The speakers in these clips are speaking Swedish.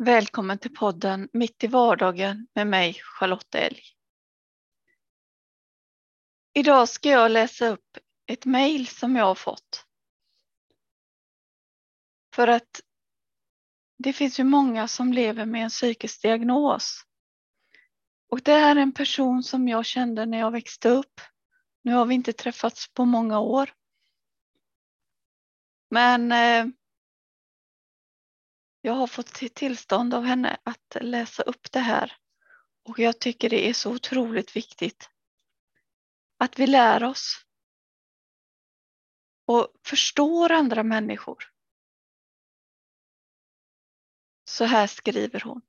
Välkommen till podden Mitt i vardagen med mig, Charlotte Elg. Idag ska jag läsa upp ett mejl som jag har fått. För att det finns ju många som lever med en psykisk diagnos. Och det är en person som jag kände när jag växte upp. Nu har vi inte träffats på många år. Men jag har fått tillstånd av henne att läsa upp det här. Och jag tycker det är så otroligt viktigt att vi lär oss och förstår andra människor. Så här skriver hon.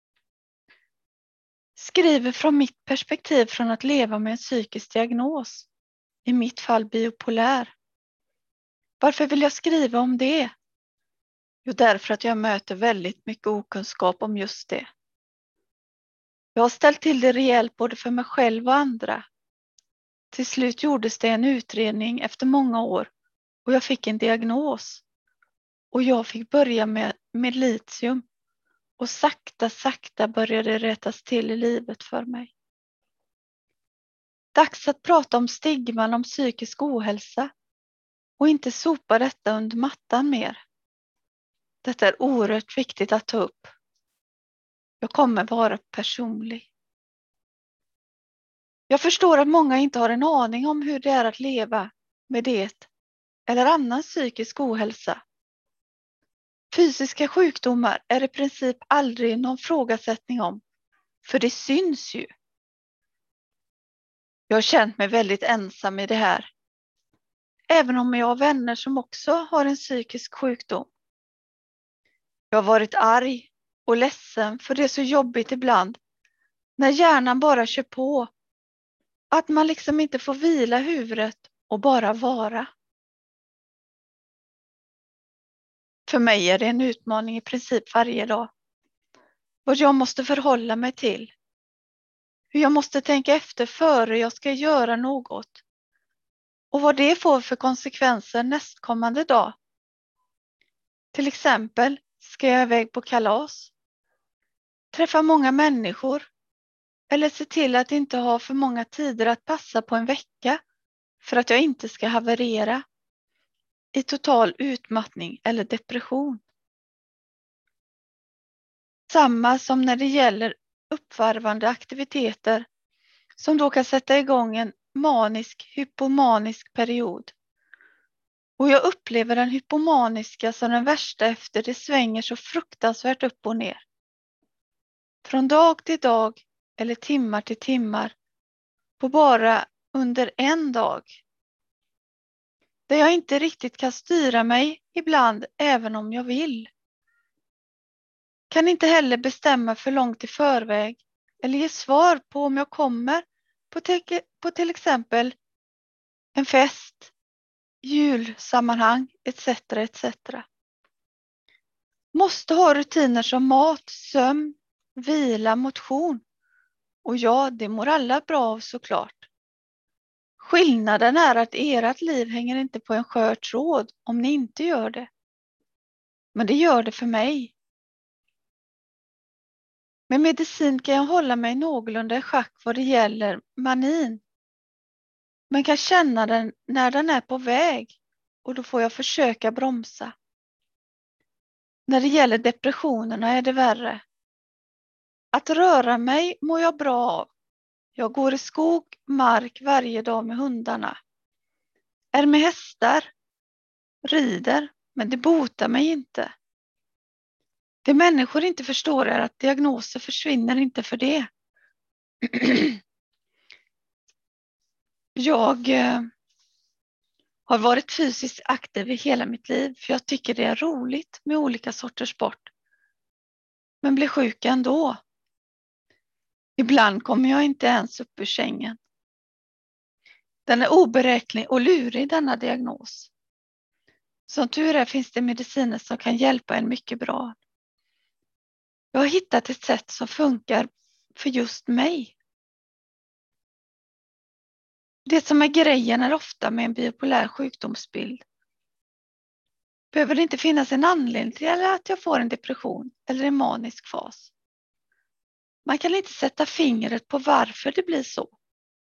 Skriver från mitt perspektiv från att leva med en psykisk diagnos. I mitt fall bipolär. Varför vill jag skriva om det? Jo, därför att jag möter väldigt mycket okunskap om just det. Jag har ställt till det rejält både för mig själv och andra. Till slut gjordes det en utredning efter många år och jag fick en diagnos. Och jag fick börja med litium. Och sakta började det rättas till i livet för mig. Dags att prata om stigman om psykisk ohälsa och inte sopa detta under mattan mer. Detta är oerhört viktigt att ta upp. Jag kommer vara personlig. Jag förstår att många inte har en aning om hur det är att leva med det eller annan psykisk ohälsa. Fysiska sjukdomar är i princip aldrig någon frågasättning om, för det syns ju. Jag har känt mig väldigt ensam i det här. Även om jag har vänner som också har en psykisk sjukdom. Jag har varit arg och ledsen för det är så jobbigt ibland. När hjärnan bara kör på. Att man liksom inte får vila huvudet och bara vara. För mig är det en utmaning i princip varje dag. Vad jag måste förhålla mig till. Hur jag måste tänka efter före jag ska göra något. Och vad det får för konsekvenser nästkommande dag. Till exempel ska jag iväg på kalas. Träffa många människor. Eller se till att inte ha för många tider att passa på en vecka. För att jag inte ska haverera. I total utmattning eller depression. Samma som när det gäller uppvarvande aktiviteter. Som då kan sätta igång en hypomanisk period. Och jag upplever den hypomaniska som den värsta efter det svänger så fruktansvärt upp och ner. Från dag till dag eller timmar till timmar. På bara under en dag. Där jag inte riktigt kan styra mig ibland även om jag vill. Kan inte heller bestämma för långt i förväg. Eller ge svar på om jag kommer på till exempel en fest, julsammanhang etc. Måste ha rutiner som mat, sömn, vila, motion. Och ja, det mår alla bra av såklart. Skillnaden är att ert liv hänger inte på en skör tråd om ni inte gör det. Men det gör det för mig. Med medicin kan jag hålla mig någorlunda i schack vad det gäller manin. Men kan känna den när den är på väg och då får jag försöka bromsa. När det gäller depressionerna är det värre. Att röra mig mår jag bra av. Jag går i skog, mark varje dag med hundarna. Är med hästar. Rider, men det botar mig inte. Det människor inte förstår är att diagnoser försvinner inte för det. Jag har varit fysiskt aktiv i hela mitt liv för jag tycker det är roligt med olika sorters sport. Men blir sjuk ändå. Ibland kommer jag inte ens upp ur sängen. Den är oberäknelig och lurig denna diagnos. Som tur är finns det mediciner som kan hjälpa en mycket bra. Jag har hittat ett sätt som funkar för just mig. Det som är grejen är ofta med en bipolär sjukdomsbild. behöver det inte finnas en anledning till att jag får en depression eller en manisk fas. Man kan inte sätta fingret på varför det blir så.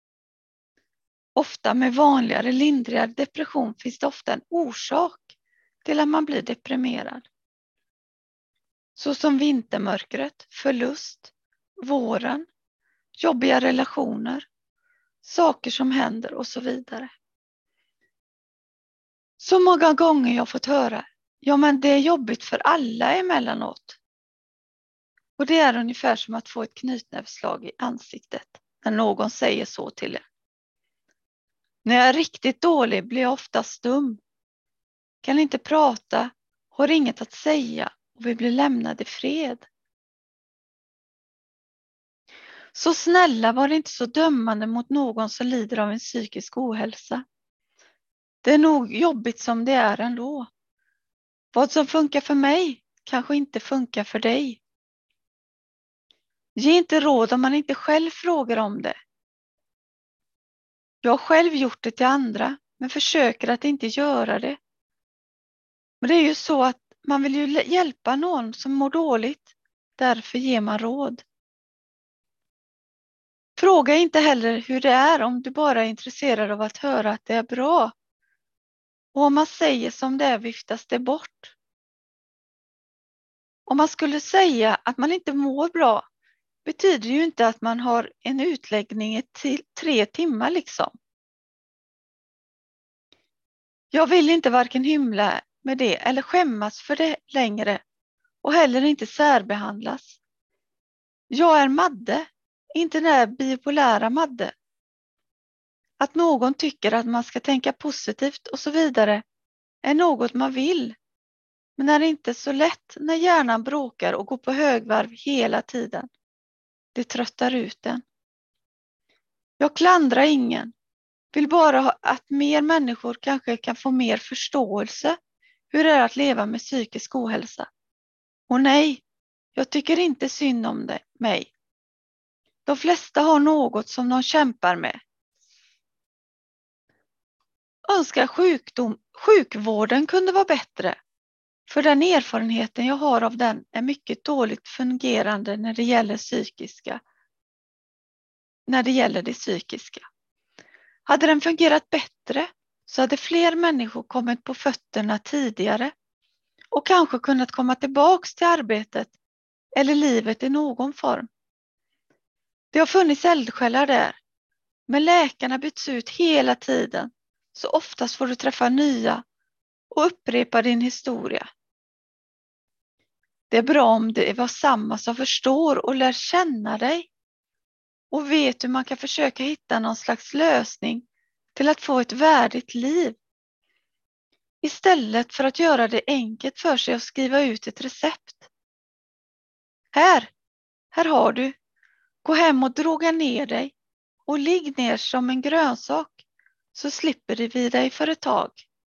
Ofta med vanligare, lindrigare depression finns det ofta en orsak till att man blir deprimerad. Så som vintermörkret, förlust, våren, jobbiga relationer, saker som händer och så vidare. Så många gånger jag fått höra, ja men det är jobbigt för alla emellanåt. Och det är ungefär som att få ett knytnävsslag i ansiktet när någon säger så till er. När jag är riktigt dålig blir jag ofta stum. Kan inte prata, har inget att säga och vi blir lämnade i fred. Så snälla, var inte så dömande mot någon som lider av en psykisk ohälsa. Det är nog jobbigt som det är ändå. Vad som funkar för mig kanske inte funkar för dig. Ge inte råd om man inte själv frågar om det. Jag har själv gjort det till andra, men försöker att inte göra det. Men det är ju så att man vill ju hjälpa någon som mår dåligt. Därför ger man råd. Fråga inte heller hur det är om du bara är intresserad av att höra att det är bra. Och om man säger som det är viftas det bort. Om man skulle säga att man inte mår bra betyder ju inte att man har en utläggning i 3 timmar liksom. Jag vill inte varken hymla med det eller skämmas för det längre och heller inte särbehandlas. Jag är Madde, inte den där bipolära Madde. Att någon tycker att man ska tänka positivt och så vidare är något man vill. Men är inte så lätt när hjärnan bråkar och går på högvarv hela tiden. Det tröttar ut den. Jag klandrar ingen. Vill bara att mer människor kanske kan få mer förståelse hur det är att leva med psykisk ohälsa. Och nej, jag tycker inte synd om mig. De flesta har något som de kämpar med. Önskar sjukvården kunde vara bättre. För den erfarenheten jag har av den är mycket dåligt fungerande när det gäller det psykiska. Hade den fungerat bättre så hade fler människor kommit på fötterna tidigare och kanske kunnat komma tillbaks till arbetet eller livet i någon form. Det har funnits eldsjälar där, men läkarna byts ut hela tiden, så oftast får du träffa nya och upprepa din historia. Det är bra om det var samma som förstår och lär känna dig och vet hur man kan försöka hitta någon slags lösning till att få ett värdigt liv. Istället för att göra det enkelt för sig och skriva ut ett recept. Här har du. Gå hem och droga ner dig och ligg ner som en grönsak så slipper vi dig för ett tag.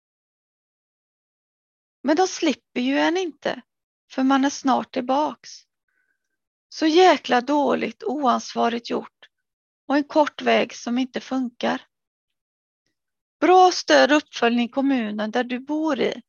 Men de slipper ju en inte för man är snart tillbaks. Så jäkla dåligt, oansvarigt gjort och en kort väg som inte funkar. Bra stöd och uppföljning i kommunen där du bor i.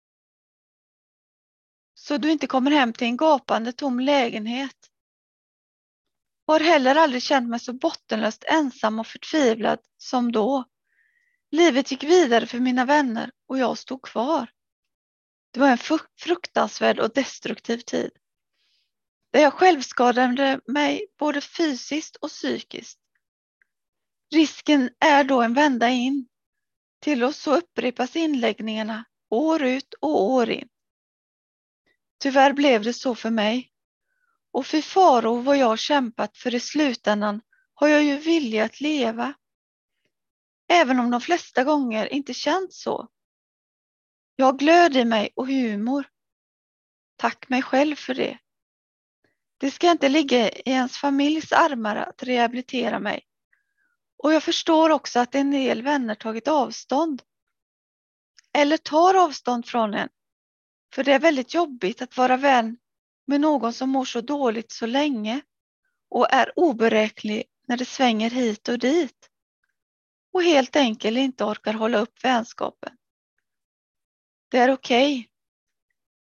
Så du inte kommer hem till en gapande tom lägenhet. Har heller aldrig känt mig så bottenlöst ensam och förtvivlad som då. Livet gick vidare för mina vänner och jag stod kvar. Det var en fruktansvärd och destruktiv tid. Där jag självskadade mig både fysiskt och psykiskt. Risken är då en vända in. Till oss så upprepas inläggningarna år ut och år in. Tyvärr blev det så för mig. Och för faro vad jag kämpat för i slutändan har jag ju vilja att leva. Även om de flesta gånger inte känns så. Jag har glöd i mig och humor. Tack mig själv för det. Det ska inte ligga i ens familjs armar att rehabilitera mig. Och jag förstår också att en del vänner tagit avstånd. Eller tar avstånd från en. För det är väldigt jobbigt att vara vän med någon som mår så dåligt så länge. Och är oberäknelig när det svänger hit och dit. Och helt enkelt inte orkar hålla upp vänskapen. Det är okej.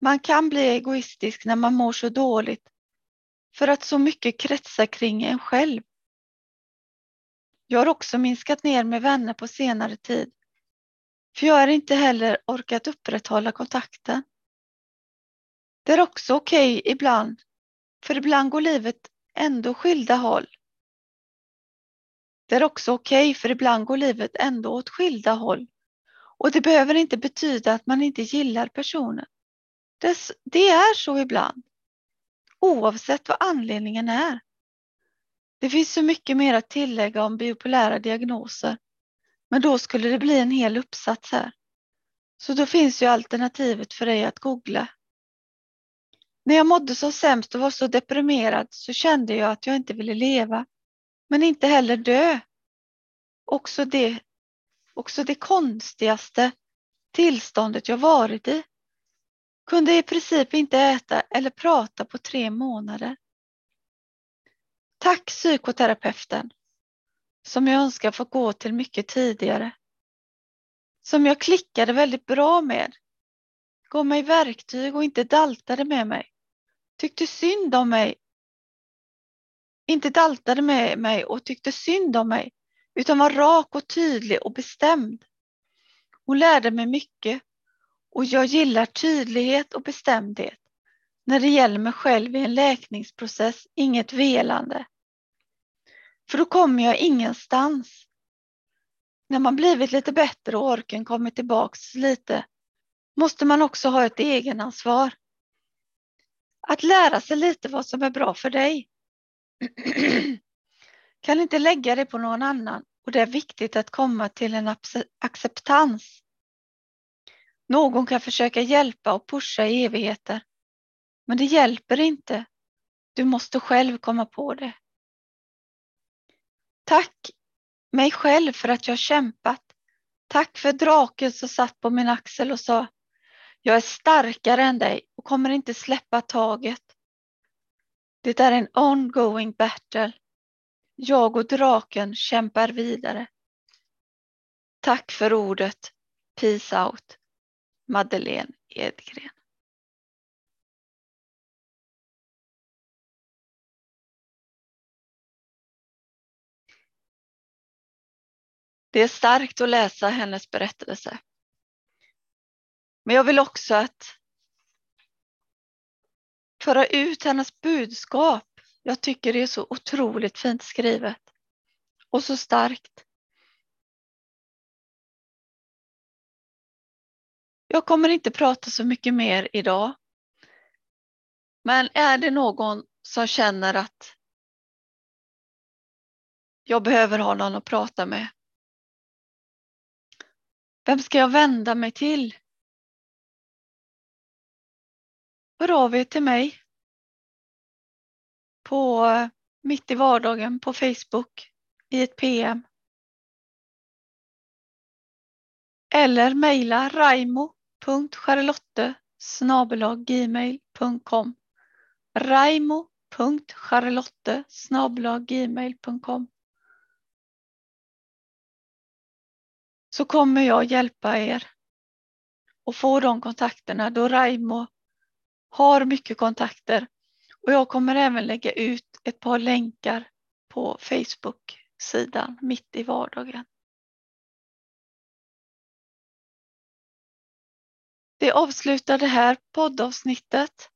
Man kan bli egoistisk när man mår så dåligt för att så mycket kretsar kring en själv. Jag har också minskat ner med vänner på senare tid. För jag har inte heller orkat upprätthålla kontakten. Det är också okej ibland. För ibland går livet ändå skilda håll. Det är också okej för ibland går livet ändå åt skilda håll. Och det behöver inte betyda att man inte gillar personen. Det är så ibland. Oavsett vad anledningen är. Det finns så mycket mer att tillägga om bipolära diagnoser. Men då skulle det bli en hel uppsats här. Så då finns ju alternativet för dig att googla. När jag mådde så sämst och var så deprimerad så kände jag att jag inte ville leva. Men inte heller dö. Också det konstigaste tillståndet jag varit i. Kunde i princip inte äta eller prata på 3 månader. Tack psykoterapeuten. Som jag önskar få gå till mycket tidigare. Som jag klickade väldigt bra med. Gav mig verktyg och inte daltade med mig. Tyckte synd om mig. Inte daltade med mig och tyckte synd om mig. Utan var rak och tydlig och bestämd. Hon lärde mig mycket. Och jag gillar tydlighet och bestämdhet. När det gäller mig själv i en läkningsprocess. Inget velande. För då kommer jag ingenstans. När man blivit lite bättre och orken kommer tillbaks lite. Måste man också ha ett egenansvar. Att lära sig lite vad som är bra för dig. Kan inte lägga det på någon annan. Och det är viktigt att komma till en acceptans. Någon kan försöka hjälpa och pusha i evigheter. Men det hjälper inte. Du måste själv komma på det. Tack mig själv för att jag kämpat. Tack för draken som satt på min axel och sa: jag är starkare än dig och kommer inte släppa taget. Det är en ongoing battle. Jag och draken kämpar vidare. Tack för ordet. Peace out. Madeleine Edgren. Det är starkt att läsa hennes berättelse. Men jag vill också att föra ut hennes budskap. Jag tycker det är så otroligt fint skrivet. Och så starkt. Jag kommer inte prata så mycket mer idag. Men är det någon som känner att jag behöver ha någon att prata med? Vem ska jag vända mig till? Hör av er till mig. På mitt i vardagen på Facebook i ett PM. Eller mejla raimo.charlotte@gmail.com. raimo.charlotte@gmail.com. Så kommer jag hjälpa er och få de kontakterna då Raimo har mycket kontakter. Och jag kommer även lägga ut ett par länkar på Facebook-sidan mitt i vardagen. Det avslutar det här poddavsnittet.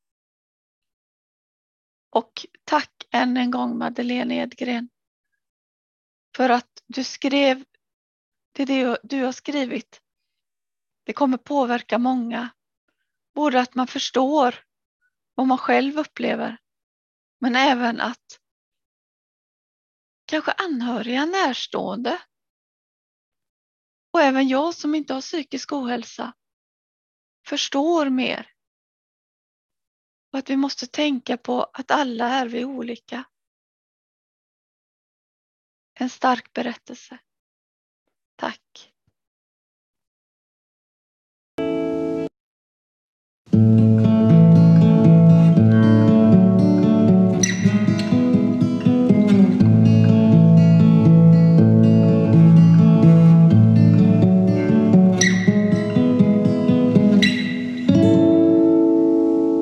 Och tack än en gång Madeleine Edgren. För att du skrev det du har skrivit. Det kommer påverka många. Både att man förstår vad man själv upplever. Men även att kanske anhöriga närstående. Och även jag som inte har psykisk ohälsa. Förstår mer. Och att vi måste tänka på att alla är vi olika. En stark berättelse. Tack.